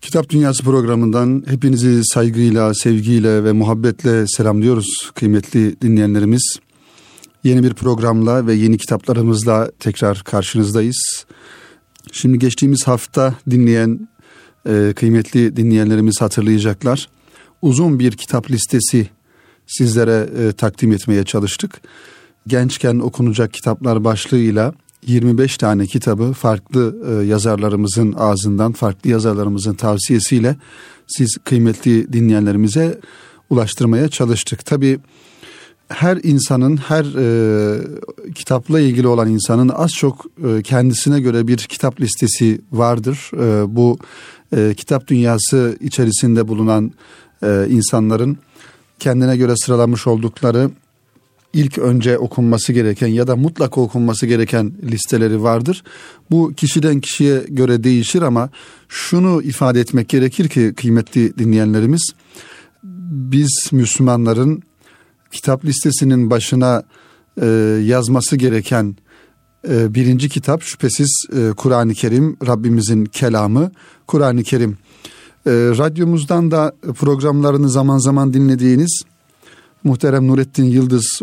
Kitap Dünyası programından hepinizi saygıyla, sevgiyle ve muhabbetle selamlıyoruz kıymetli dinleyenlerimiz. Yeni bir programla ve yeni kitaplarımızla tekrar karşınızdayız. Şimdi geçtiğimiz hafta dinleyen kıymetli dinleyenlerimiz hatırlayacaklar. Uzun bir kitap listesi sizlere takdim etmeye çalıştık. Gençken okunacak kitaplar başlığıyla 25 tane kitabı farklı yazarlarımızın ağzından, farklı yazarlarımızın tavsiyesiyle siz kıymetli dinleyenlerimize ulaştırmaya çalıştık. Tabii her insanın, her kitapla ilgili olan insanın az çok kendisine göre bir kitap listesi vardır. Bu kitap dünyası içerisinde bulunan insanların kendine göre sıralamış oldukları İlk önce okunması gereken ya da mutlaka okunması gereken listeleri vardır. Bu kişiden kişiye göre değişir ama şunu ifade etmek gerekir ki kıymetli dinleyenlerimiz, biz Müslümanların kitap listesinin başına yazması gereken birinci kitap şüphesiz Kur'an-ı Kerim, Rabbimizin kelamı Kur'an-ı Kerim. Radyomuzdan da programlarını zaman zaman dinlediğiniz muhterem Nurettin Yıldız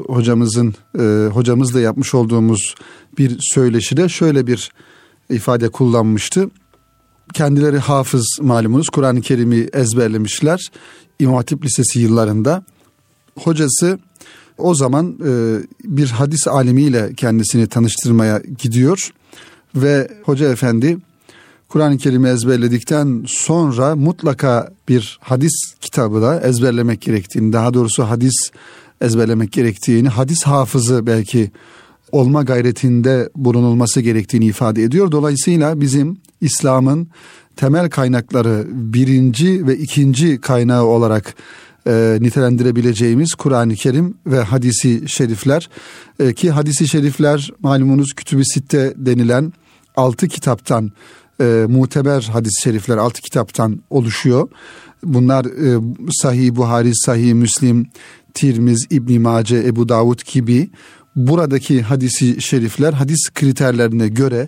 hocamızla yapmış olduğumuz bir söyleşide şöyle bir ifade kullanmıştı. Kendileri hafız, malumunuz, Kur'an-ı Kerim'i ezberlemişler İmam Hatip Lisesi yıllarında. Hocası o zaman bir hadis alimiyle kendisini tanıştırmaya gidiyor ve hoca efendi Kur'an-ı Kerim'i ezberledikten sonra mutlaka bir hadis kitabı da ezberlemek gerektiğini, daha doğrusu hadis ezberlemek gerektiğini, hadis hafızı belki olma gayretinde bulunulması gerektiğini ifade ediyor. Dolayısıyla bizim İslam'ın temel kaynakları birinci ve ikinci kaynağı olarak nitelendirebileceğimiz Kur'an-ı Kerim ve hadisi şerifler ki hadisi şerifler malumunuz Kütüb-i Sitte denilen 6 kitaptan muteber hadis-i şerifler 6 kitaptan oluşuyor. Bunlar Sahih Buhari, Sahih Müslim, Tirmiz, İbn Mace, Ebu Davud gibi buradaki hadis-i şerifler hadis kriterlerine göre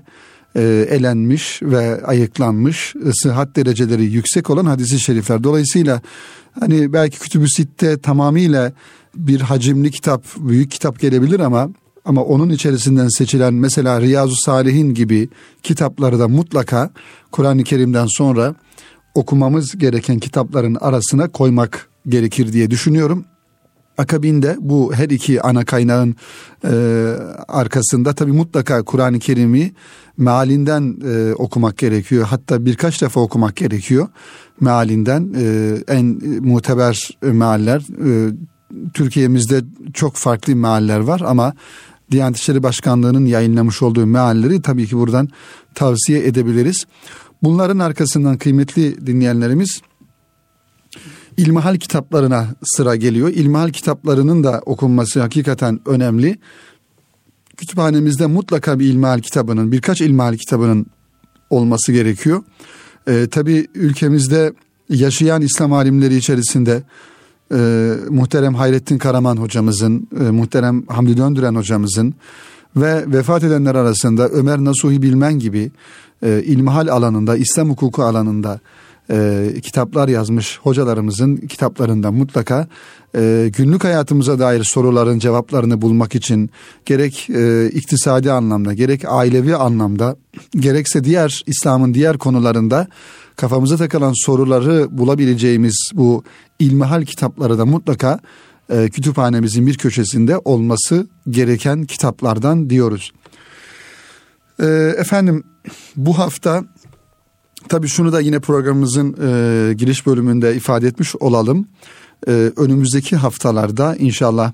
elenmiş ve ayıklanmış, sıhhat dereceleri yüksek olan hadis-i şerifler. Dolayısıyla hani belki Kütüb-ü Sitte tamamıyla bir hacimli kitap, büyük kitap gelebilir ama onun içerisinden seçilen mesela Riyazu Salihin gibi kitapları da mutlaka Kur'an-ı Kerim'den sonra okumamız gereken kitapların arasına koymak gerekir diye düşünüyorum. Akabinde bu her iki ana kaynağın arkasında tabii mutlaka Kur'an-ı Kerim'i mealinden okumak gerekiyor. Hatta birkaç defa okumak gerekiyor mealinden. En muteber mealler, Türkiye'mizde çok farklı mealler var ama Diyanet İşleri Başkanlığı'nın yayınlamış olduğu mealleri tabii ki buradan tavsiye edebiliriz. Bunların arkasından kıymetli dinleyenlerimiz İlmihal kitaplarına sıra geliyor. İlmihal kitaplarının da okunması hakikaten önemli. Kütüphanemizde mutlaka bir ilmihal kitabının, birkaç ilmihal kitabının olması gerekiyor. Tabii ülkemizde yaşayan İslam alimleri içerisinde muhterem Hayrettin Karaman hocamızın, muhterem Hamdi Döndüren hocamızın ve vefat edenler arasında Ömer Nasuhi Bilmen gibi ilmihal alanında, İslam hukuku alanında kitaplar yazmış hocalarımızın kitaplarında mutlaka günlük hayatımıza dair soruların cevaplarını bulmak için gerek iktisadi anlamda, gerek ailevi anlamda, gerekse diğer İslam'ın diğer konularında kafamıza takılan soruları bulabileceğimiz bu ilmihal kitapları da mutlaka kütüphanemizin bir köşesinde olması gereken kitaplardan diyoruz. Efendim bu hafta tabii şunu da yine programımızın giriş bölümünde ifade etmiş olalım. Önümüzdeki haftalarda inşallah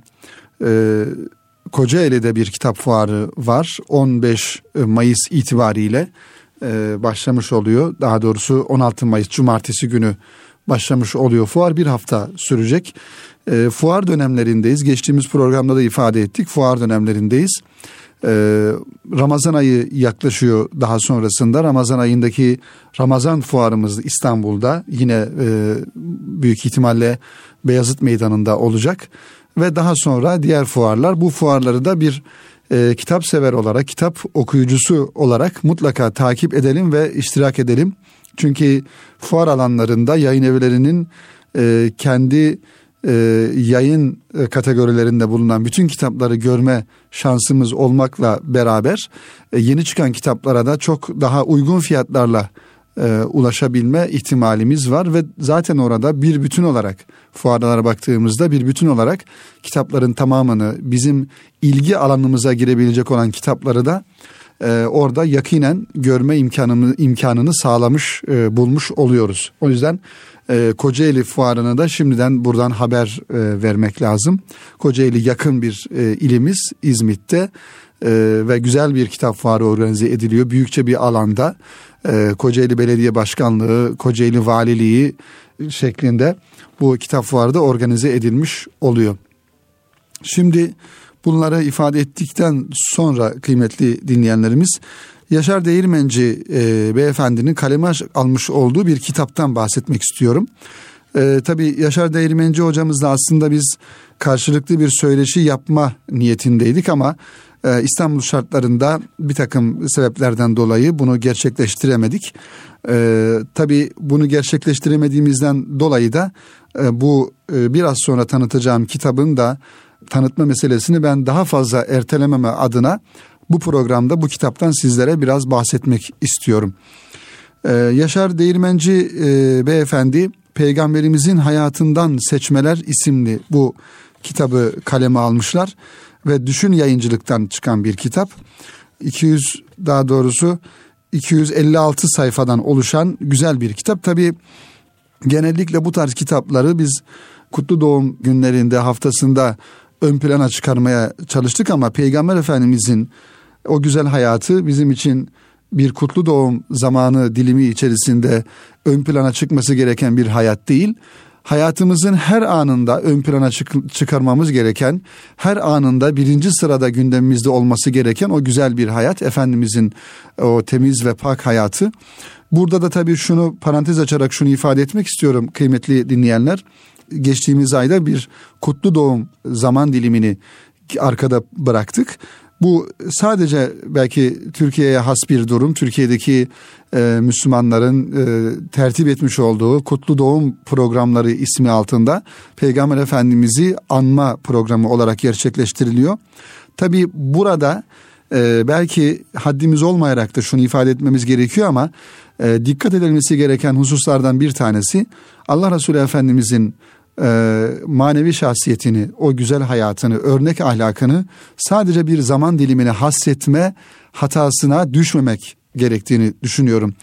Kocaeli'de bir kitap fuarı var. 15 Mayıs itibariyle başlamış oluyor. Daha doğrusu 16 Mayıs Cumartesi günü başlamış oluyor. Fuar bir hafta sürecek. Fuar dönemlerindeyiz. Geçtiğimiz programda da ifade ettik. Fuar dönemlerindeyiz. Ramazan ayı yaklaşıyor daha sonrasında. Ramazan ayındaki Ramazan fuarımız İstanbul'da yine büyük ihtimalle Beyazıt Meydanı'nda olacak. Ve daha sonra diğer fuarlar, bu fuarları da bir kitap sever olarak, kitap okuyucusu olarak mutlaka takip edelim ve iştirak edelim. Çünkü fuar alanlarında yayın evlerinin kendi yayın kategorilerinde bulunan bütün kitapları görme şansımız olmakla beraber yeni çıkan kitaplara da çok daha uygun fiyatlarla ulaşabilme ihtimalimiz var ve zaten orada bir bütün olarak, fuarlara baktığımızda bir bütün olarak kitapların tamamını, bizim ilgi alanımıza girebilecek olan kitapları da orada yakinen görme imkanını sağlamış bulmuş oluyoruz. O yüzden Kocaeli Fuarı'na da şimdiden buradan haber vermek lazım. Kocaeli yakın bir ilimiz, İzmit'te ve güzel bir kitap fuarı organize ediliyor. Büyükçe bir alanda Kocaeli Belediye Başkanlığı, Kocaeli Valiliği şeklinde bu kitap fuarı da organize edilmiş oluyor. Şimdi bunları ifade ettikten sonra kıymetli dinleyenlerimiz, Yaşar Değirmenci beyefendinin kaleme almış olduğu bir kitaptan bahsetmek istiyorum. Tabii Yaşar Değirmenci hocamızla aslında biz karşılıklı bir söyleşi yapma niyetindeydik ama İstanbul şartlarında bir takım sebeplerden dolayı bunu gerçekleştiremedik. Tabii bunu gerçekleştiremediğimizden dolayı da bu biraz sonra tanıtacağım kitabın da tanıtma meselesini ben daha fazla ertelememe adına bu programda bu kitaptan sizlere biraz bahsetmek istiyorum. Yaşar Değirmenci beyefendi Peygamberimizin Hayatından Seçmeler isimli bu kitabı kaleme almışlar ve Düşün Yayıncılık'tan çıkan bir kitap. 256 sayfadan oluşan güzel bir kitap. Tabii genellikle bu tarz kitapları biz kutlu doğum günlerinde, haftasında ön plana çıkarmaya çalıştık ama Peygamber Efendimizin o güzel hayatı bizim için bir kutlu doğum zamanı dilimi içerisinde ön plana çıkması gereken bir hayat değil. Hayatımızın her anında ön plana çıkarmamız gereken, her anında birinci sırada gündemimizde olması gereken o güzel bir hayat, Efendimizin o temiz ve pak hayatı. Burada da tabii şunu parantez açarak şunu ifade etmek istiyorum kıymetli dinleyenler. Geçtiğimiz ayda bir kutlu doğum zaman dilimini arkada bıraktık. Bu sadece belki Türkiye'ye has bir durum. Türkiye'deki Müslümanların tertip etmiş olduğu kutlu doğum programları ismi altında Peygamber Efendimiz'i anma programı olarak gerçekleştiriliyor. Tabii burada belki haddimiz olmayarak da şunu ifade etmemiz gerekiyor ama dikkat edilmesi gereken hususlardan bir tanesi Allah Resulü Efendimiz'in manevi şahsiyetini, o güzel hayatını, örnek ahlakını sadece bir zaman dilimine hassetme hatasına düşmemek gerektiğini düşünüyorum.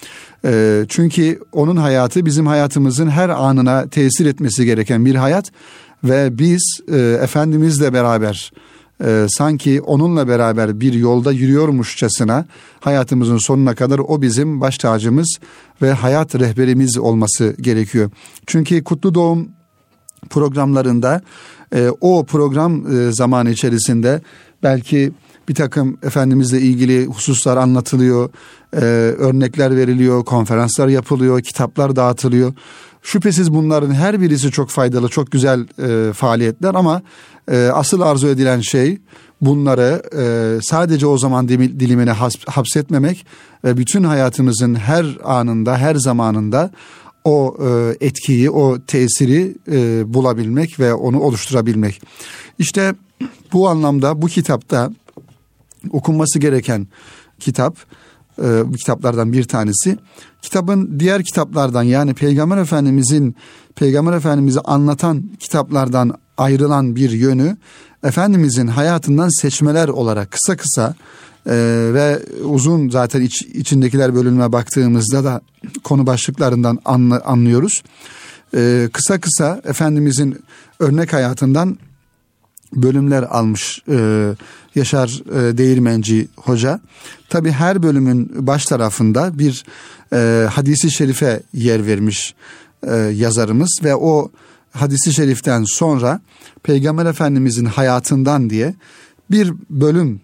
Çünkü onun hayatı bizim hayatımızın her anına tesir etmesi gereken bir hayat ve biz Efendimizle beraber sanki onunla beraber bir yolda yürüyormuşçasına hayatımızın sonuna kadar o bizim baş tacımız ve hayat rehberimiz olması gerekiyor. Çünkü kutlu doğum programlarında o program zamanı içerisinde belki bir takım Efendimizle ilgili hususlar anlatılıyor, örnekler veriliyor, konferanslar yapılıyor, kitaplar dağıtılıyor. Şüphesiz bunların her birisi çok faydalı, çok güzel faaliyetler ama asıl arzu edilen şey bunları sadece o zaman dilimine hapsetmemek ve bütün hayatımızın her anında, her zamanında o etkiyi, o tesiri bulabilmek ve onu oluşturabilmek. İşte bu anlamda bu kitapta okunması gereken kitap, bu kitaplardan bir tanesi. Kitabın diğer kitaplardan yani Peygamber Efendimiz'i anlatan kitaplardan ayrılan bir yönü Efendimizin hayatından seçmeler olarak kısa kısa ve uzun zaten içindekiler bölümüne baktığımızda da konu başlıklarından anlıyoruz. Kısa kısa Efendimizin örnek hayatından bölümler almış Yaşar Değirmenci Hoca. Tabii her bölümün baş tarafında bir hadisi şerife yer vermiş yazarımız ve o hadisi şeriften sonra Peygamber Efendimizin hayatından diye bir bölüm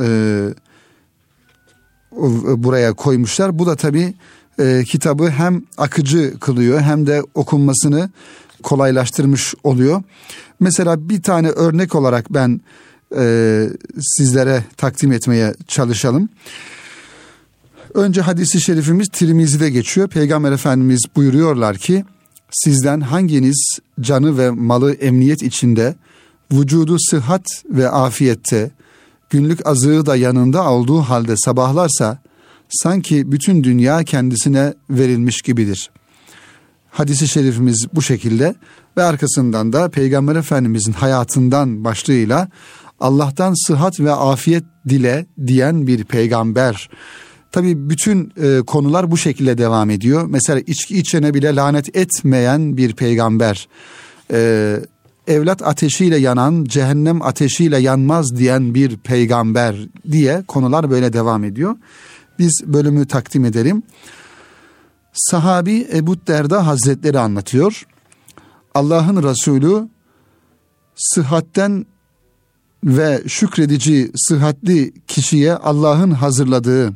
buraya koymuşlar. Bu da tabii kitabı hem akıcı kılıyor hem de okunmasını kolaylaştırmış oluyor. Mesela bir tane örnek olarak ben sizlere takdim etmeye çalışalım. Önce hadisi şerifimiz Tirmizi'de geçiyor. Peygamber Efendimiz buyuruyorlar ki, sizden hanginiz canı ve malı emniyet içinde, vücudu sıhhat ve afiyette, günlük azığı da yanında olduğu halde sabahlarsa, sanki bütün dünya kendisine verilmiş gibidir. Hadis-i şerifimiz bu şekilde ve arkasından da Peygamber Efendimizin hayatından başlığıyla Allah'tan sıhhat ve afiyet dile diyen bir peygamber. Tabii bütün konular bu şekilde devam ediyor. Mesela içki içene bile lanet etmeyen bir peygamber. Evlat ateşiyle yanan cehennem ateşiyle yanmaz diyen bir peygamber diye konular böyle devam ediyor. Biz bölümü takdim edelim. Sahabi Ebu Derda Hazretleri anlatıyor. Allah'ın Resulü sıhhatten ve şükredici sıhhatli kişiye Allah'ın hazırladığı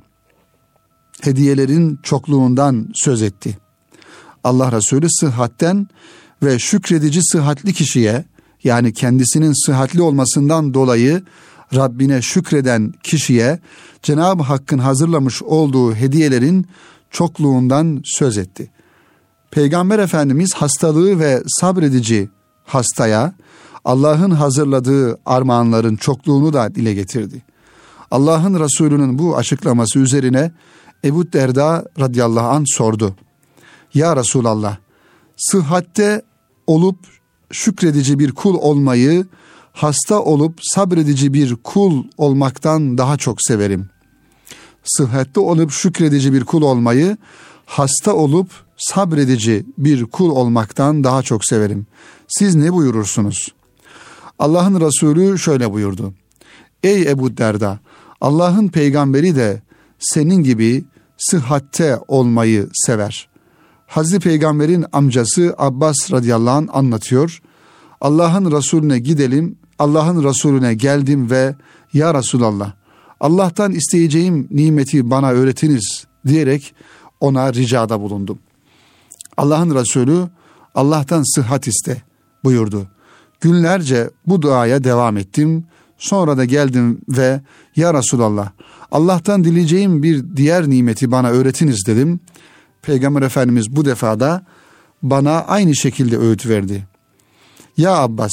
hediyelerin çokluğundan söz etti. Allah Resulü sıhhatten ve şükredici sıhhatli kişiye, yani kendisinin sıhhatli olmasından dolayı Rabbine şükreden kişiye Cenab-ı Hakk'ın hazırlamış olduğu hediyelerin çokluğundan söz etti. Peygamber Efendimiz hastalığı ve sabredici hastaya Allah'ın hazırladığı armağanların çokluğunu da dile getirdi. Allah'ın Resulü'nün bu açıklaması üzerine Ebu Derda radıyallahu anh sordu. Ya Resulallah, sıhhatte olup şükredici bir kul olmayı, hasta olup sabredici bir kul olmaktan daha çok severim. Sıhhatte olup şükredici bir kul olmayı, hasta olup sabredici bir kul olmaktan daha çok severim. Siz ne buyurursunuz? Allah'ın Resulü şöyle buyurdu. Ey Ebu Derda, Allah'ın peygamberi de senin gibi sıhhatte olmayı sever. Hazreti Peygamber'in amcası Abbas radıyallahu anh anlatıyor. Allah'ın Resulüne gidelim, Allah'ın Resulüne geldim ve ya Resulallah, Allah'tan isteyeceğim nimeti bana öğretiniz diyerek ona ricada bulundum. Allah'ın Resulü Allah'tan sıhhat iste buyurdu. Günlerce bu duaya devam ettim. Sonra da geldim ve ya Resulallah, Allah'tan dileyeceğim bir diğer nimeti bana öğretiniz dedim. Peygamber Efendimiz bu defada bana aynı şekilde öğüt verdi. Ya Abbas,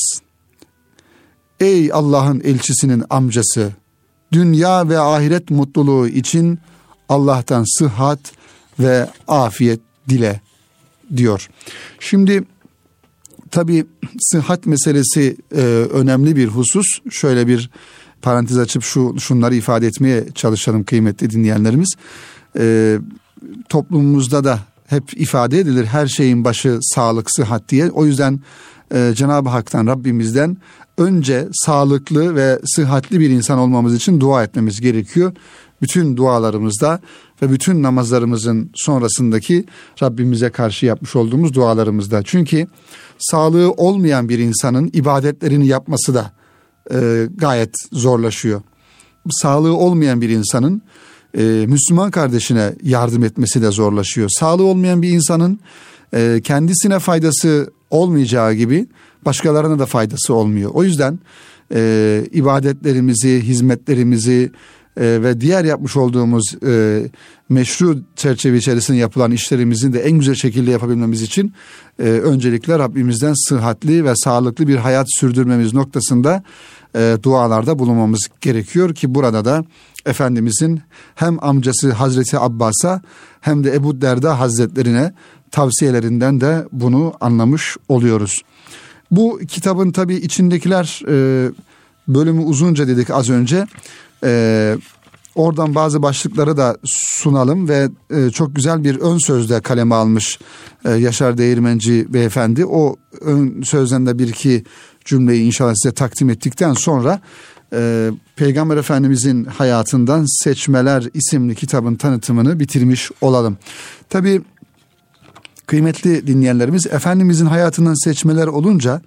ey Allah'ın elçisinin amcası, dünya ve ahiret mutluluğu için Allah'tan sıhhat ve afiyet dile diyor. Şimdi tabii sıhhat meselesi önemli bir husus. Şöyle bir parantez açıp şunları ifade etmeye çalışalım kıymetli dinleyenlerimiz. Toplumumuzda da hep ifade edilir, her şeyin başı sağlık, sıhhat diye. O yüzden Cenab-ı Hak'tan, Rabbimizden önce sağlıklı ve sıhhatli bir insan olmamız için dua etmemiz gerekiyor. Bütün dualarımızda ve bütün namazlarımızın sonrasındaki Rabbimize karşı yapmış olduğumuz dualarımızda. Çünkü sağlığı olmayan bir insanın ibadetlerini yapması da gayet zorlaşıyor. Sağlığı olmayan bir insanın Müslüman kardeşine yardım etmesi de zorlaşıyor. Sağlığı olmayan bir insanın kendisine faydası olmayacağı gibi başkalarına da faydası olmuyor. O yüzden ibadetlerimizi, hizmetlerimizi ve diğer yapmış olduğumuz meşru çerçeve içerisinde yapılan işlerimizin de en güzel şekilde yapabilmemiz için öncelikle Rabbimizden sıhhatli ve sağlıklı bir hayat sürdürmemiz noktasında dualarda bulunmamız gerekiyor ki burada da Efendimizin hem amcası Hazreti Abbas'a hem de Ebu Derda Hazretlerine tavsiyelerinden de bunu anlamış oluyoruz. Bu kitabın tabii içindekiler bölümü uzunca dedik az önce. Oradan bazı başlıkları da sunalım ve çok güzel bir ön sözde kaleme almış Yaşar Değirmenci beyefendi. O ön sözden de bir iki cümleyi inşallah size takdim ettikten sonra Peygamber Efendimizin hayatından Seçmeler isimli kitabın tanıtımını bitirmiş olalım. Tabii kıymetli dinleyenlerimiz, Efendimizin hayatından seçmeler olunca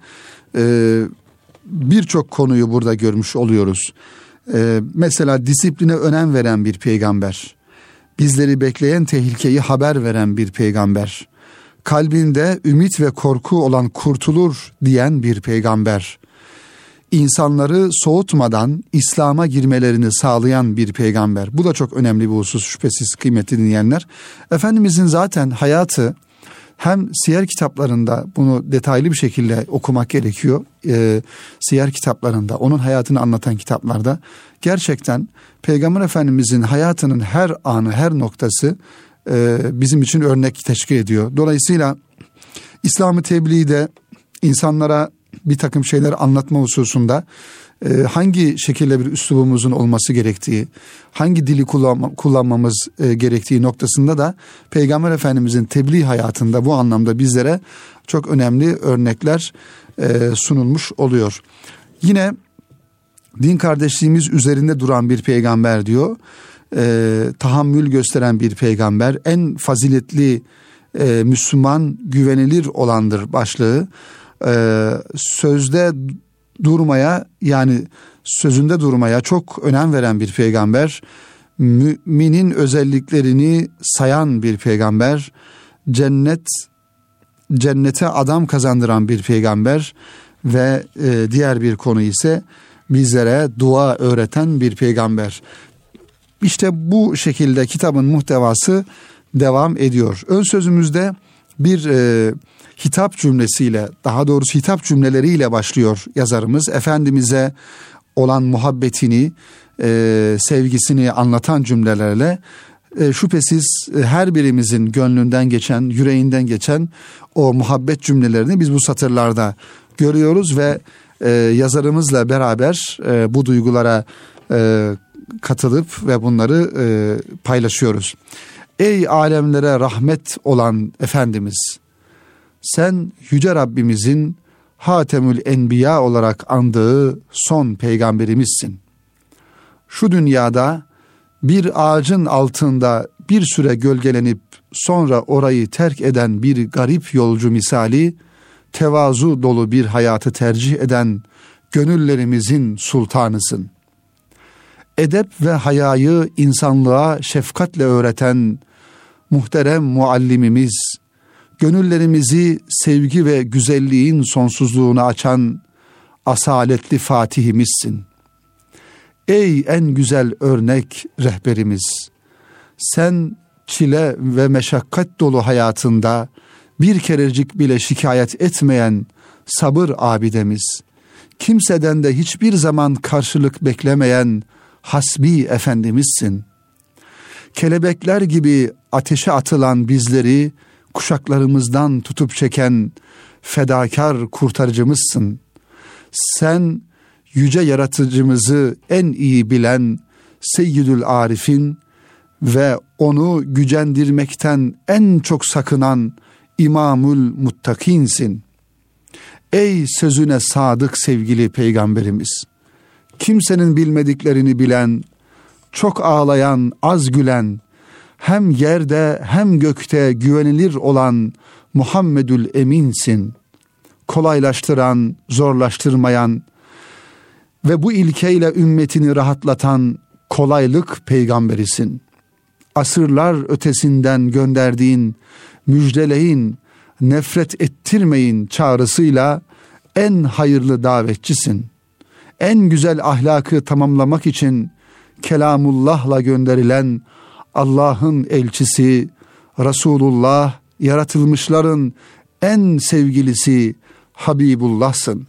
birçok konuyu burada görmüş oluyoruz. Mesela disipline önem veren bir peygamber, bizleri bekleyen tehlikeyi haber veren bir peygamber, kalbinde ümit ve korku olan kurtulur diyen bir peygamber, insanları soğutmadan İslam'a girmelerini sağlayan bir peygamber. Bu da çok önemli bir husus şüphesiz kıymetli dinleyenler. Efendimizin zaten hayatı hem siyer kitaplarında bunu detaylı bir şekilde okumak gerekiyor. Siyer kitaplarında, onun hayatını anlatan kitaplarda gerçekten Peygamber Efendimizin hayatının her anı, her noktası bizim için örnek teşkil ediyor. Dolayısıyla İslam-ı tebliğde insanlara bir takım şeyler anlatma hususunda hangi şekilde bir üslubumuzun olması gerektiği, hangi dili kullanmamız gerektiği noktasında da Peygamber Efendimizin tebliğ hayatında bu anlamda bizlere çok önemli örnekler sunulmuş oluyor. Yine din kardeşliğimiz üzerinde duran bir peygamber diyor, tahammül gösteren bir peygamber, en faziletli Müslüman güvenilir olandır başlığı. Sözde durmaya, yani sözünde durmaya çok önem veren bir peygamber, müminin özelliklerini sayan bir peygamber, cennete adam kazandıran bir peygamber ve diğer bir konu ise bizlere dua öğreten bir peygamber. İşte bu şekilde kitabın muhtevası devam ediyor. Ön sözümüzde bir hitap cümlesiyle, daha doğrusu hitap cümleleriyle başlıyor yazarımız. Efendimiz'e olan muhabbetini, sevgisini anlatan cümlelerle şüphesiz her birimizin gönlünden geçen, yüreğinden geçen o muhabbet cümlelerini biz bu satırlarda görüyoruz ve yazarımızla beraber bu duygulara katılıp ve bunları paylaşıyoruz. Ey alemlere rahmet olan Efendimiz, sen Yüce Rabbimizin Hatemül Enbiya olarak andığı son peygamberimizsin. Şu dünyada bir ağacın altında bir süre gölgelenip sonra orayı terk eden bir garip yolcu misali, tevazu dolu bir hayatı tercih eden gönüllerimizin sultanısın. Edep ve hayayı insanlığa şefkatle öğreten muhterem muallimimiz, gönüllerimizi sevgi ve güzelliğin sonsuzluğuna açan asaletli fatihimizsin. Ey en güzel örnek rehberimiz, sen çile ve meşakkat dolu hayatında bir kerecik bile şikayet etmeyen sabır abidemiz, kimseden de hiçbir zaman karşılık beklemeyen hasbi efendimizsin. Kelebekler gibi ateşe atılan bizleri kuşaklarımızdan tutup çeken fedakar kurtarıcımızsın. Sen yüce yaratıcımızı en iyi bilen Seyyidül Arif'in ve onu gücendirmekten en çok sakınan İmamül Muttakinsin. Ey sözüne sadık sevgili peygamberimiz, kimsenin bilmediklerini bilen, çok ağlayan, az gülen, hem yerde hem gökte güvenilir olan Muhammedül Eminsin. Kolaylaştıran, zorlaştırmayan ve bu ilkeyle ümmetini rahatlatan kolaylık peygamberisin. Asırlar ötesinden gönderdiğin müjdeleyin, nefret ettirmeyin çağrısıyla en hayırlı davetçisin. En güzel ahlakı tamamlamak için Kelamullah'la gönderilen Allah'ın elçisi Resulullah, yaratılmışların en sevgilisi Habibullah'sın.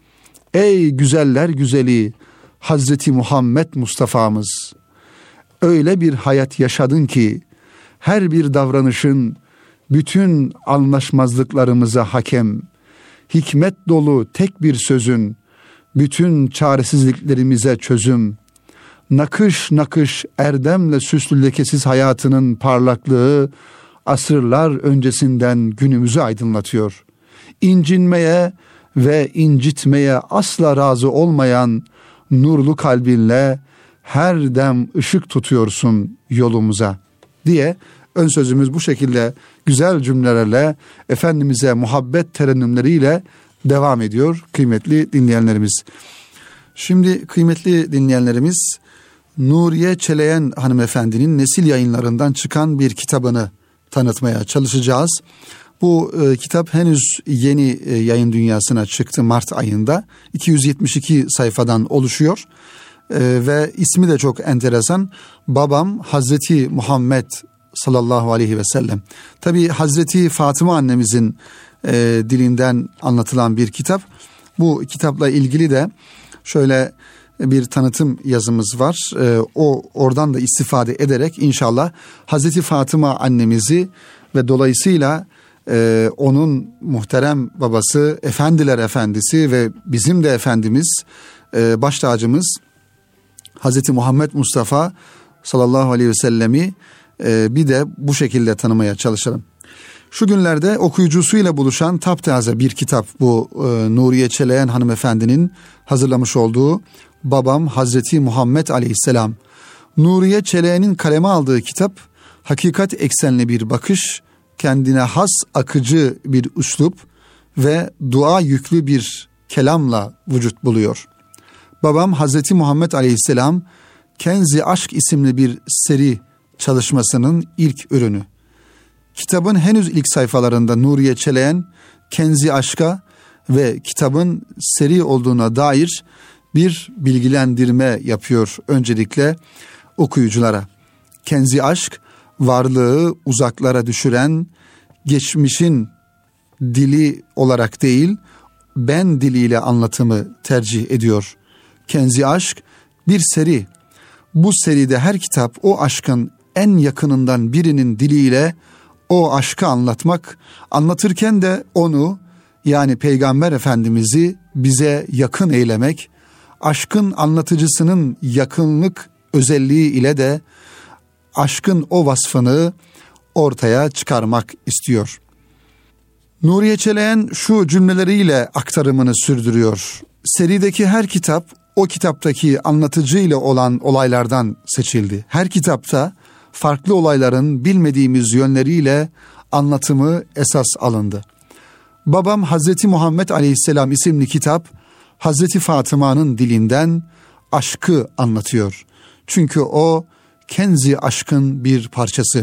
Ey güzeller güzeli Hazreti Muhammed Mustafa'mız, öyle bir hayat yaşadın ki her bir davranışın bütün anlaşmazlıklarımıza hakem, hikmet dolu tek bir sözün bütün çaresizliklerimize çözüm, nakış nakış erdemle süslü lekesiz hayatının parlaklığı asırlar öncesinden günümüzü aydınlatıyor. İncinmeye ve incitmeye asla razı olmayan nurlu kalbinle her dem ışık tutuyorsun yolumuza diye ön sözümüz bu şekilde güzel cümlelerle Efendimiz'e muhabbet terennümleriyle devam ediyor kıymetli dinleyenlerimiz. Şimdi kıymetli dinleyenlerimiz, Nuriye Çeleyen hanımefendinin Nesil Yayınlarından çıkan bir kitabını tanıtmaya çalışacağız. Bu kitap henüz yeni yayın dünyasına çıktı Mart ayında. 272 sayfadan oluşuyor. Ve ismi de çok enteresan. Babam Hazreti Muhammed sallallahu aleyhi ve sellem. Tabii Hazreti Fatıma annemizin dilinden anlatılan bir kitap. Bu kitapla ilgili de şöyle bir tanıtım yazımız var. Oradan da istifade ederek inşallah Hazreti Fatıma annemizi ve dolayısıyla onun muhterem babası, efendiler efendisi ve bizim de efendimiz, baş tacımız Hazreti Muhammed Mustafa sallallahu aleyhi ve sellemi bir de bu şekilde tanımaya çalışalım. Şu günlerde okuyucusuyla buluşan taptaze bir kitap bu, Nuriye Çeleyen hanımefendinin hazırlamış olduğu Babam Hazreti Muhammed Aleyhisselam. Nuriye Çeleyen'in kaleme aldığı kitap hakikat eksenli bir bakış, kendine has akıcı bir üslup ve dua yüklü bir kelamla vücut buluyor. Babam Hazreti Muhammed Aleyhisselam Kenzi Aşk isimli bir seri çalışmasının ilk ürünü. Kitabın henüz ilk sayfalarında Nuriye Çeleyen Kenzi Aşk'a ve kitabın seri olduğuna dair bir bilgilendirme yapıyor öncelikle okuyuculara. Kenzi Aşk, varlığı uzaklara düşüren, geçmişin dili olarak değil, ben diliyle anlatımı tercih ediyor. Kenzi Aşk bir seri. Bu seride her kitap o aşkın en yakınından birinin diliyle o aşkı anlatmak, anlatırken de onu, yani Peygamber Efendimiz'i bize yakın eylemek, aşkın anlatıcısının yakınlık özelliği ile de aşkın o vasfını ortaya çıkarmak istiyor. Nuriye Çeleyen şu cümleleriyle aktarımını sürdürüyor. Serideki her kitap o kitaptaki anlatıcıyla olan olaylardan seçildi. Her kitapta farklı olayların bilmediğimiz yönleriyle anlatımı esas alındı. Babam Hazreti Muhammed Aleyhisselam isimli kitap Hazreti Fatıma'nın dilinden aşkı anlatıyor. Çünkü o Kenzi aşkın bir parçası.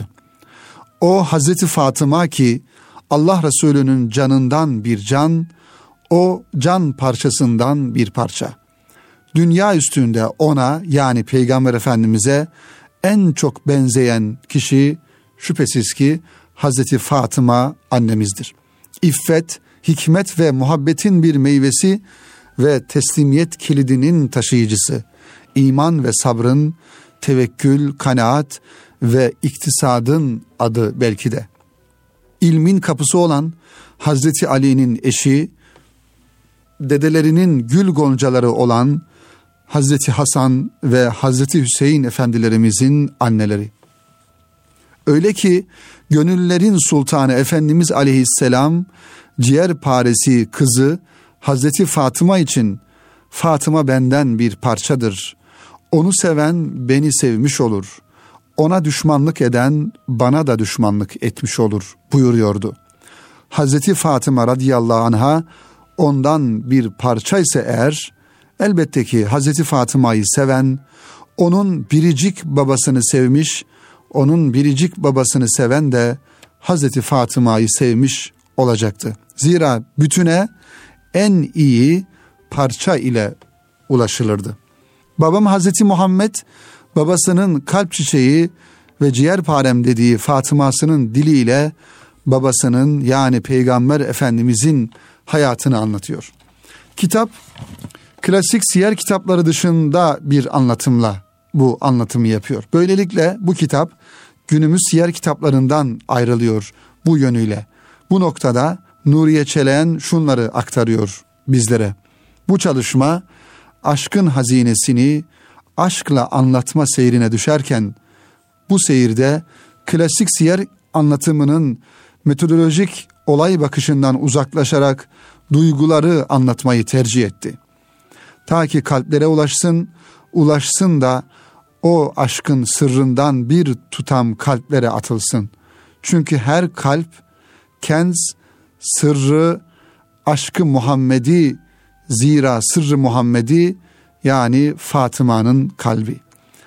O Hazreti Fatıma ki Allah Resulü'nün canından bir can, o can parçasından bir parça. Dünya üstünde ona, yani Peygamber Efendimiz'e en çok benzeyen kişi şüphesiz ki Hazreti Fatıma annemizdir. İffet, hikmet ve muhabbetin bir meyvesi ve teslimiyet kilidinin taşıyıcısı. İman ve sabrın, tevekkül, kanaat ve iktisadın adı belki de. İlmin kapısı olan Hazreti Ali'nin eşi, dedelerinin gül goncaları olan Hazreti Hasan ve Hazreti Hüseyin efendilerimizin anneleri. Öyle ki gönüllerin sultanı Efendimiz Aleyhisselam ciğerparesi kızı Hazreti Fatıma için Fatıma benden bir parçadır. Onu seven beni sevmiş olur. Ona düşmanlık eden bana da düşmanlık etmiş olur buyuruyordu. Hazreti Fatıma radıyallahu anha ondan bir parça ise eğer, elbette ki Hazreti Fatıma'yı seven, onun biricik babasını sevmiş, onun biricik babasını seven de Hazreti Fatıma'yı sevmiş olacaktı. Zira bütüne en iyi parça ile ulaşılırdı. Babam Hazreti Muhammed, babasının kalp çiçeği ve ciğerparem dediği Fatıma'sının diliyle babasının, yani Peygamber Efendimizin hayatını anlatıyor. Kitap klasik siyer kitapları dışında bir anlatımla bu anlatımı yapıyor. Böylelikle bu kitap günümüz siyer kitaplarından ayrılıyor bu yönüyle. Bu noktada Nuriye Çeleyen şunları aktarıyor bizlere. Bu çalışma aşkın hazinesini aşkla anlatma seyrine düşerken, bu seyirde klasik siyer anlatımının metodolojik olay bakışından uzaklaşarak duyguları anlatmayı tercih etti. Ta ki kalplere ulaşsın da o aşkın sırrından bir tutam kalplere atılsın. Çünkü her kalp kenz, sırrı, aşkı Muhammedi, zira sırrı Muhammedi, yani Fatıma'nın kalbi.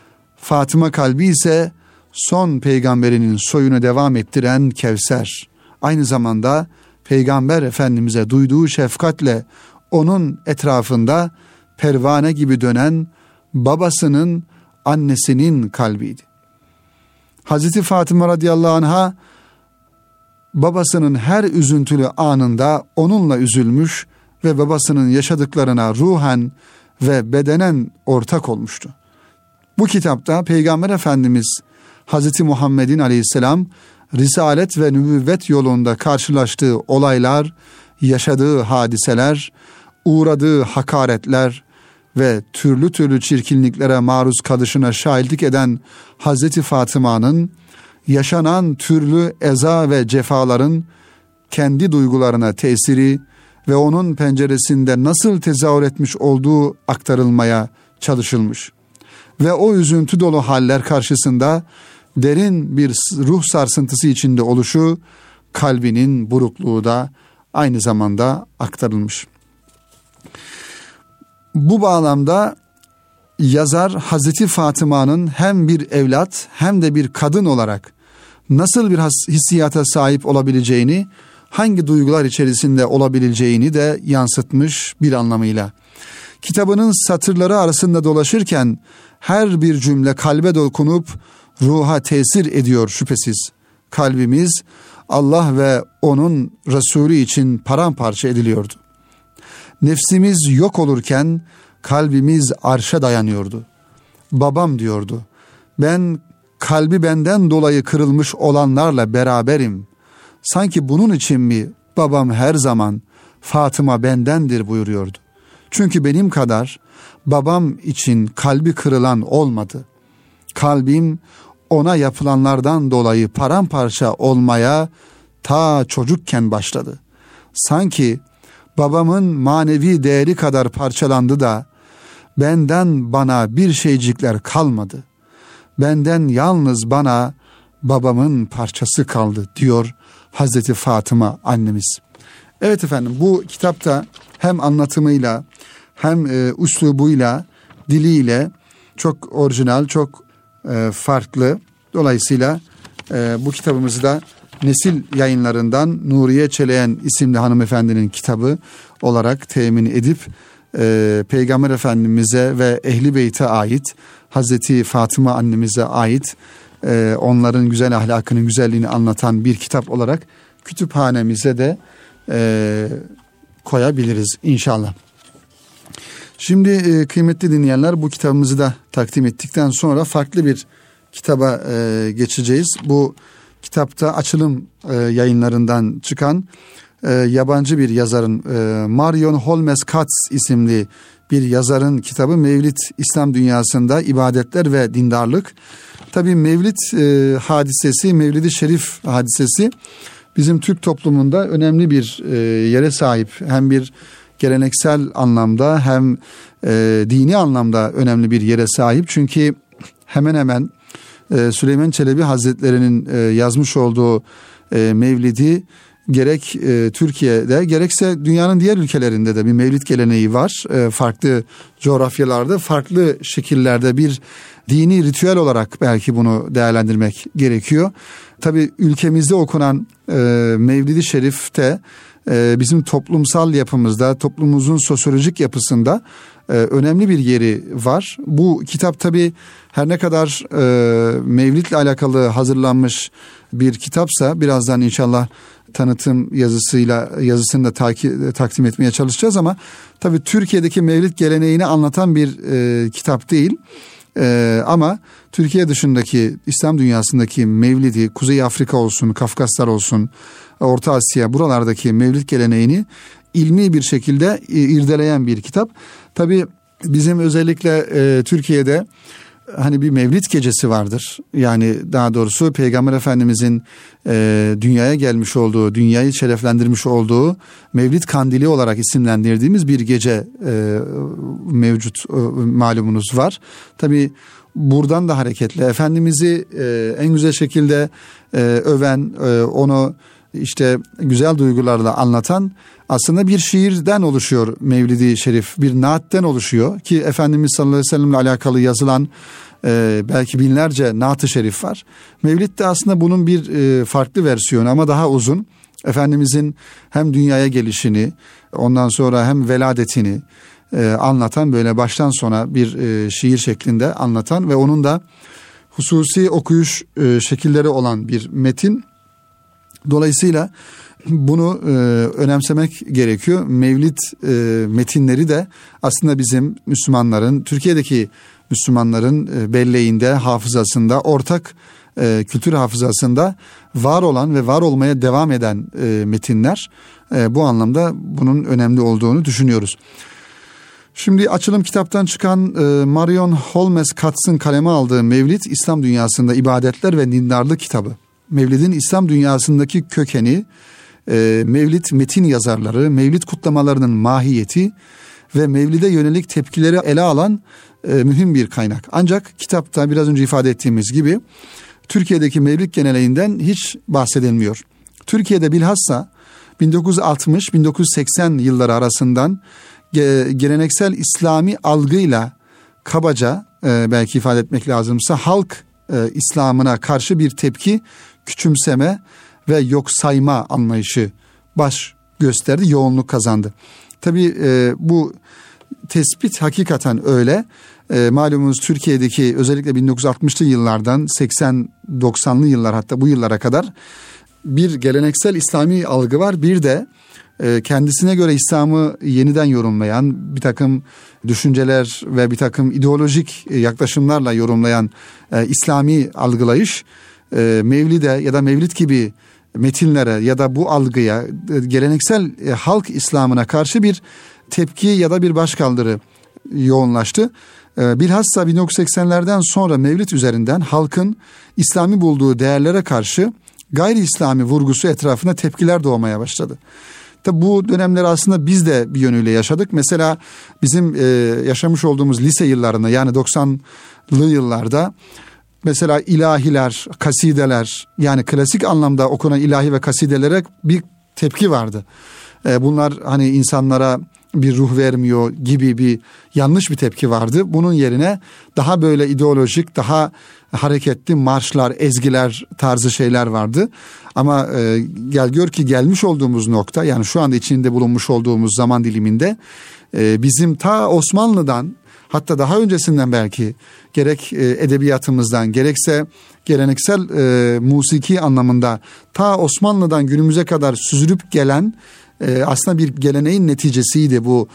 Fatıma kalbi ise son peygamberinin soyunu devam ettiren Kevser. aynı zamanda Peygamber Efendimiz'e duyduğu şefkatle onun etrafında pervane gibi dönen babasının, annesinin kalbiydi. Hazreti Fatıma radıyallahu anha babasının her üzüntülü anında onunla üzülmüş ve babasının yaşadıklarına ruhen ve bedenen ortak olmuştu. Bu kitapta Peygamber Efendimiz Hazreti Muhammed'in aleyhisselam risalet ve nübüvvet yolunda karşılaştığı olaylar, yaşadığı hadiseler, uğradığı hakaretler ve türlü türlü çirkinliklere maruz kalışına şahitlik eden Hazreti Fatıma'nın yaşanan türlü eza ve cefaların kendi duygularına tesiri ve onun penceresinde nasıl tezahür etmiş olduğu aktarılmaya çalışılmış. Ve o üzüntü dolu haller karşısında derin bir ruh sarsıntısı içinde oluşu, kalbinin burukluğu da aynı zamanda aktarılmış. Bu bağlamda yazar Hazreti Fatıma'nın hem bir evlat hem de bir kadın olarak nasıl bir hissiyata sahip olabileceğini, hangi duygular içerisinde olabileceğini de yansıtmış bir anlamıyla. Kitabının satırları arasında dolaşırken her bir cümle kalbe dokunup ruha tesir ediyor şüphesiz. Kalbimiz Allah ve onun Resulü için paramparça ediliyordu. Nefsimiz yok olurken kalbimiz arşa dayanıyordu. Babam diyordu, ben kalbi benden dolayı kırılmış olanlarla beraberim. Sanki bunun için mi babam her zaman Fatıma bendendir buyuruyordu. Çünkü benim kadar babam için kalbi kırılan olmadı. Kalbim ona yapılanlardan dolayı paramparça olmaya ta çocukken başladı. Sanki babamın manevi değeri kadar parçalandı da benden bana bir şeycikler kalmadı. Benden yalnız bana babamın parçası kaldı diyor Hazreti Fatıma annemiz. Evet efendim, bu kitapta hem anlatımıyla hem üslubuyla, diliyle çok orijinal, çok farklı. Dolayısıyla bu kitabımızı da Nesil Yayınlarından Nuriye Çeleyen isimli hanımefendinin kitabı olarak temin edip Peygamber Efendimiz'e ve Ehli Beyt'e ait, Hazreti Fatıma annemize ait onların güzel ahlakının güzelliğini anlatan bir kitap olarak kütüphanemize de koyabiliriz inşallah. Şimdi kıymetli dinleyenler, bu kitabımızı da takdim ettikten sonra farklı bir kitaba geçeceğiz. Bu kitapta Açılım Yayınlarından çıkan yabancı bir yazarın, Marion Holmes Katz isimli bir yazarın kitabı Mevlid, İslam Dünyasında İbadetler ve Dindarlık. Tabii Mevlid hadisesi, Mevlid-i Şerif hadisesi bizim Türk toplumunda önemli bir yere sahip. Hem bir geleneksel anlamda hem dini anlamda önemli bir yere sahip. Çünkü hemen hemen Süleyman Çelebi Hazretleri'nin yazmış olduğu Mevlid'i gerek Türkiye'de gerekse dünyanın diğer ülkelerinde de bir mevlid geleneği var. Farklı coğrafyalarda, farklı şekillerde bir dini ritüel olarak belki bunu değerlendirmek gerekiyor. Tabii ülkemizde okunan Mevlid-i Şerif'te bizim toplumsal yapımızda, toplumumuzun sosyolojik yapısında önemli bir yeri var. Bu kitap tabii her ne kadar Mevlid'le alakalı hazırlanmış bir kitapsa, birazdan inşallah tanıtım yazısını da takdim etmeye çalışacağız ama tabii Türkiye'deki Mevlid geleneğini anlatan bir kitap değil. Ama Türkiye dışındaki İslam dünyasındaki Mevlid'i, Kuzey Afrika olsun, Kafkaslar olsun, Orta Asya, buralardaki Mevlid geleneğini ilmi bir şekilde irdeleyen bir kitap. Tabii bizim özellikle Türkiye'de hani bir Mevlid gecesi vardır. Yani daha doğrusu Peygamber Efendimizin dünyaya gelmiş olduğu, dünyayı şereflendirmiş olduğu Mevlid Kandili olarak isimlendirdiğimiz bir gece mevcut, malumunuz var. Tabii buradan da hareketle Efendimiz'i en güzel şekilde öven, onu işte güzel duygularla anlatan aslında bir şiirden oluşuyor Mevlid-i Şerif. Bir naatten oluşuyor ki Efendimiz sallallahu aleyhi ve sellem'le alakalı yazılan belki binlerce naat-ı şerif var. Mevlid de aslında bunun bir farklı versiyonu ama daha uzun. Efendimizin hem dünyaya gelişini, ondan sonra hem veladetini anlatan, böyle baştan sona bir şiir şeklinde anlatan ve onun da hususi okuyuş şekilleri olan bir metin. Dolayısıyla bunu önemsemek gerekiyor. Mevlid metinleri de aslında bizim Müslümanların, Türkiye'deki Müslümanların belleğinde, hafızasında, ortak kültür hafızasında var olan ve var olmaya devam eden metinler. Bu anlamda bunun önemli olduğunu düşünüyoruz. Şimdi açılım kitaptan çıkan Marion Holmes Katz'ın kaleme aldığı Mevlid, İslam dünyasında ibadetler ve dindarlık kitabı. Mevlid'in İslam dünyasındaki kökeni, Mevlid metin yazarları, Mevlid kutlamalarının mahiyeti ve Mevlid'e yönelik tepkileri ele alan mühim bir kaynak. Ancak kitapta biraz önce ifade ettiğimiz gibi Türkiye'deki Mevlid geleneğinden hiç bahsedilmiyor. Türkiye'de bilhassa 1960-1980 yılları arasından geleneksel İslami algıyla kabaca belki ifade etmek lazımsa halk İslam'ına karşı bir tepki, küçümseme ve yok sayma anlayışı baş gösterdi, yoğunluk kazandı. Tabii bu tespit hakikaten öyle. Malumunuz Türkiye'deki özellikle 1960'lı yıllardan 80-90'lı yıllar, hatta bu yıllara kadar bir geleneksel İslami algı var. Bir de kendisine göre İslam'ı yeniden yorumlayan, bir takım düşünceler ve bir takım ideolojik yaklaşımlarla yorumlayan İslami algılayış, Mevlid'e ya da Mevlid gibi metinlere ya da bu algıya, geleneksel halk İslam'ına karşı bir tepki ya da bir başkaldırı yoğunlaştı. Bilhassa 1980'lerden sonra Mevlid üzerinden halkın İslami bulduğu değerlere karşı gayri İslami vurgusu etrafında tepkiler doğmaya başladı. Tabi bu dönemleri aslında biz de bir yönüyle yaşadık. Mesela bizim yaşamış olduğumuz lise yıllarında, yani 90'lı yıllarda mesela ilahiler, kasideler, yani klasik anlamda okunan ilahi ve kasidelere bir tepki vardı. Bunlar hani insanlara bir ruh vermiyor gibi bir yanlış bir tepki vardı. Bunun yerine daha böyle ideolojik, daha hareketli marşlar, ezgiler tarzı şeyler vardı. Ama gel gör ki gelmiş olduğumuz nokta, yani şu anda içinde bulunmuş olduğumuz zaman diliminde bizim ta Osmanlı'dan, hatta daha öncesinden belki gerek edebiyatımızdan gerekse geleneksel musiki anlamında ta Osmanlı'dan günümüze kadar süzülüp gelen aslında bir geleneğin neticesiydi bu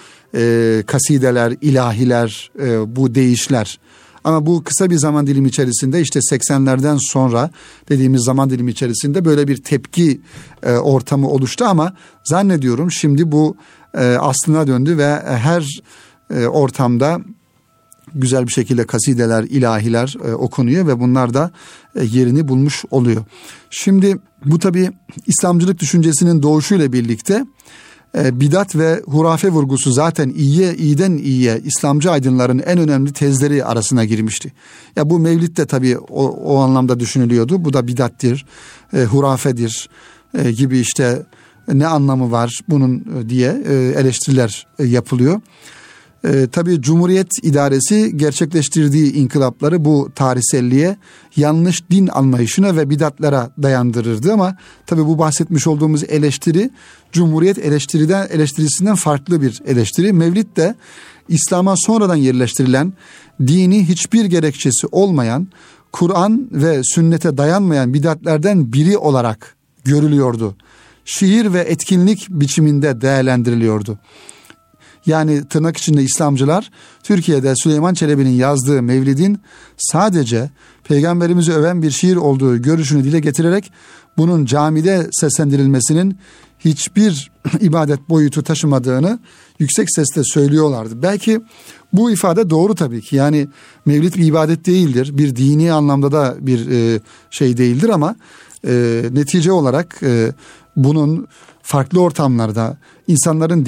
kasideler, ilahiler, bu deyişler. Ama bu kısa bir zaman dilimi içerisinde, işte 80'lerden sonra dediğimiz zaman dilimi içerisinde böyle bir tepki ortamı oluştu, ama zannediyorum şimdi bu aslına döndü ve her ortamda güzel bir şekilde kasideler, ilahiler okunuyor ve bunlar da yerini bulmuş oluyor. Şimdi bu tabii İslamcılık düşüncesinin doğuşuyla birlikte bidat ve hurafe vurgusu zaten iyiden iyiye İslamcı aydınların en önemli tezleri arasına girmişti. Ya bu Mevlid de tabii o anlamda düşünülüyordu. Bu da bidattir, hurafedir gibi, işte ne anlamı var bunun diye eleştiriler yapılıyor. Tabii Cumhuriyet idaresi gerçekleştirdiği inkılapları bu tarihselliğe, yanlış din anlayışına ve bidatlara dayandırırdı, ama tabii bu bahsetmiş olduğumuz eleştiri Cumhuriyet eleştirisinden farklı bir eleştiri. Mevlid de İslam'a sonradan yerleştirilen, dini hiçbir gerekçesi olmayan, Kur'an ve sünnete dayanmayan bidatlerden biri olarak görülüyordu. Şiir ve etkinlik biçiminde değerlendiriliyordu. Yani tırnak içinde İslamcılar Türkiye'de Süleyman Çelebi'nin yazdığı Mevlid'in sadece Peygamberimizi öven bir şiir olduğu görüşünü dile getirerek bunun camide seslendirilmesinin hiçbir ibadet boyutu taşımadığını yüksek sesle söylüyorlardı. Belki bu ifade doğru tabii ki. Yani Mevlid bir ibadet değildir, bir dini anlamda da bir şey değildir, ama netice olarak bunun farklı ortamlarda insanların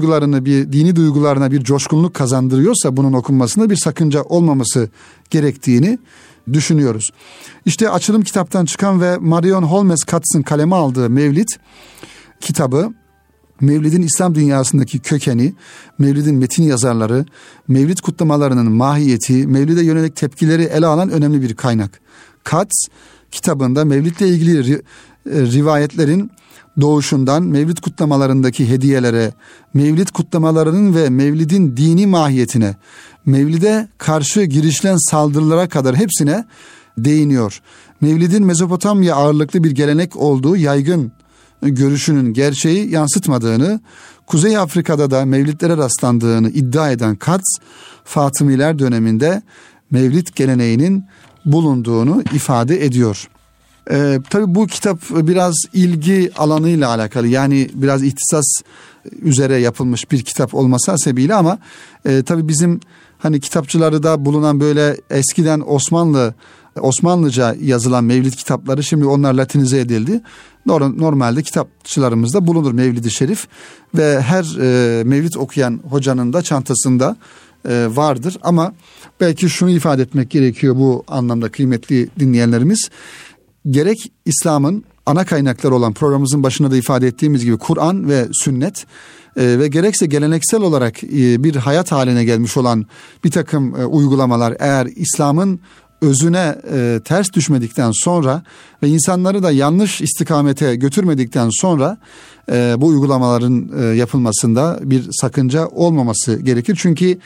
dini duygularına bir coşkunluk kazandırıyorsa bunun okunmasında bir sakınca olmaması gerektiğini düşünüyoruz. İşte açılım kitaptan çıkan ve Marion Holmes Katz'ın kaleme aldığı Mevlid kitabı, Mevlid'in İslam dünyasındaki kökeni, Mevlid'in metin yazarları, Mevlid kutlamalarının mahiyeti, Mevlid'e yönelik tepkileri ele alan önemli bir kaynak. Katz kitabında Mevlid'le ilgili rivayetlerin doğuşundan Mevlid kutlamalarındaki hediyelere, Mevlid kutlamalarının ve Mevlid'in dini mahiyetine, Mevlid'e karşı girişilen saldırılara kadar hepsine değiniyor. Mevlid'in Mezopotamya ağırlıklı bir gelenek olduğu yaygın görüşünün gerçeği yansıtmadığını, Kuzey Afrika'da da Mevlidlere rastlandığını iddia eden Katz, Fatımiler döneminde Mevlid geleneğinin bulunduğunu ifade ediyor. Tabii bu kitap biraz ilgi alanıyla alakalı, yani biraz ihtisas üzere yapılmış bir kitap olması hasebiyle, ama tabii bizim hani kitapçıları da bulunan böyle eskiden Osmanlıca yazılan Mevlid kitapları, şimdi onlar Latinize edildi. Normalde kitapçılarımızda bulunur Mevlid-i Şerif ve her Mevlid okuyan hocanın da çantasında vardır. Ama belki şunu ifade etmek gerekiyor bu anlamda kıymetli dinleyenlerimiz. Gerek İslam'ın ana kaynakları olan, programımızın başında da ifade ettiğimiz gibi Kur'an ve sünnet ve gerekse geleneksel olarak bir hayat haline gelmiş olan bir takım uygulamalar, eğer İslam'ın özüne ters düşmedikten sonra ve insanları da yanlış istikamete götürmedikten sonra bu uygulamaların yapılmasında bir sakınca olmaması gerekir. Çünkü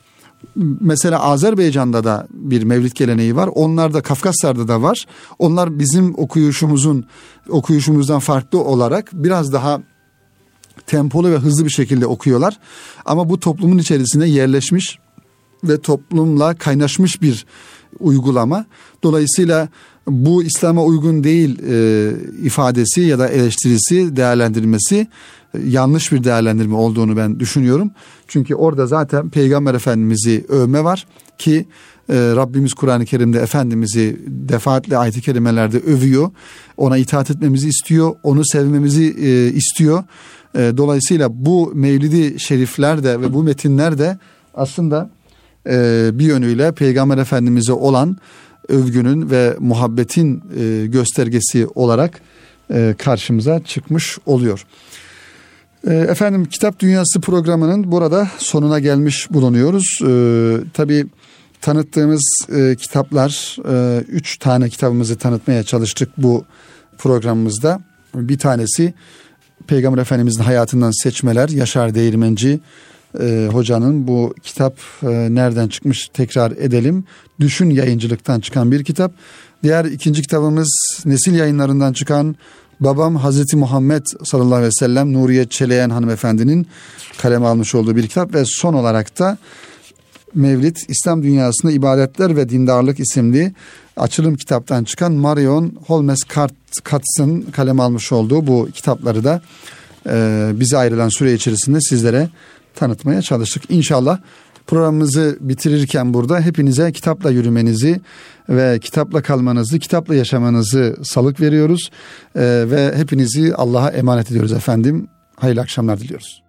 mesela Azerbaycan'da da bir mevlid geleneği var. Onlar da Kafkaslar'da da var. Onlar bizim okuyuşumuzdan farklı olarak biraz daha tempolu ve hızlı bir şekilde okuyorlar. Ama bu toplumun içerisine yerleşmiş ve toplumla kaynaşmış bir uygulama. Dolayısıyla bu İslam'a uygun değil ifadesi ya da eleştirisi, değerlendirmesi yanlış bir değerlendirme olduğunu ben düşünüyorum. Çünkü orada zaten Peygamber Efendimiz'i övme var ki Rabbimiz Kur'an-ı Kerim'de Efendimiz'i defaatle ayet-i kerimelerde övüyor. Ona itaat etmemizi istiyor, onu sevmemizi istiyor. Dolayısıyla bu Mevlid-i Şerifler de ve bu metinler de aslında bir yönüyle Peygamber Efendimiz'e olan övgünün ve muhabbetin göstergesi olarak karşımıza çıkmış oluyor. Efendim, Kitap Dünyası programının burada sonuna gelmiş bulunuyoruz. Tabii tanıttığımız kitaplar, 3 tane kitabımızı tanıtmaya çalıştık bu programımızda. Bir tanesi Peygamber Efendimiz'in hayatından seçmeler, Yaşar Değirmenci hocanın bu kitap nereden çıkmış tekrar edelim. Düşün Yayıncılık'tan çıkan bir kitap. Diğer ikinci kitabımız Nesil Yayınlarından çıkan Babam Hazreti Muhammed sallallahu aleyhi ve sellem Nuriye Çeleyen hanımefendinin kaleme almış olduğu bir kitap ve son olarak da Mevlid, İslam Dünyasında İbadetler ve Dindarlık isimli açılım kitaptan çıkan Marion Holmes Katz'ın kaleme almış olduğu bu kitapları da bize ayrılan süre içerisinde sizlere tanıtmaya çalıştık. İnşallah programımızı bitirirken burada hepinize kitapla yürümenizi ve kitapla kalmanızı, kitapla yaşamanızı salık veriyoruz ve hepinizi Allah'a emanet ediyoruz efendim. Hayırlı akşamlar diliyoruz.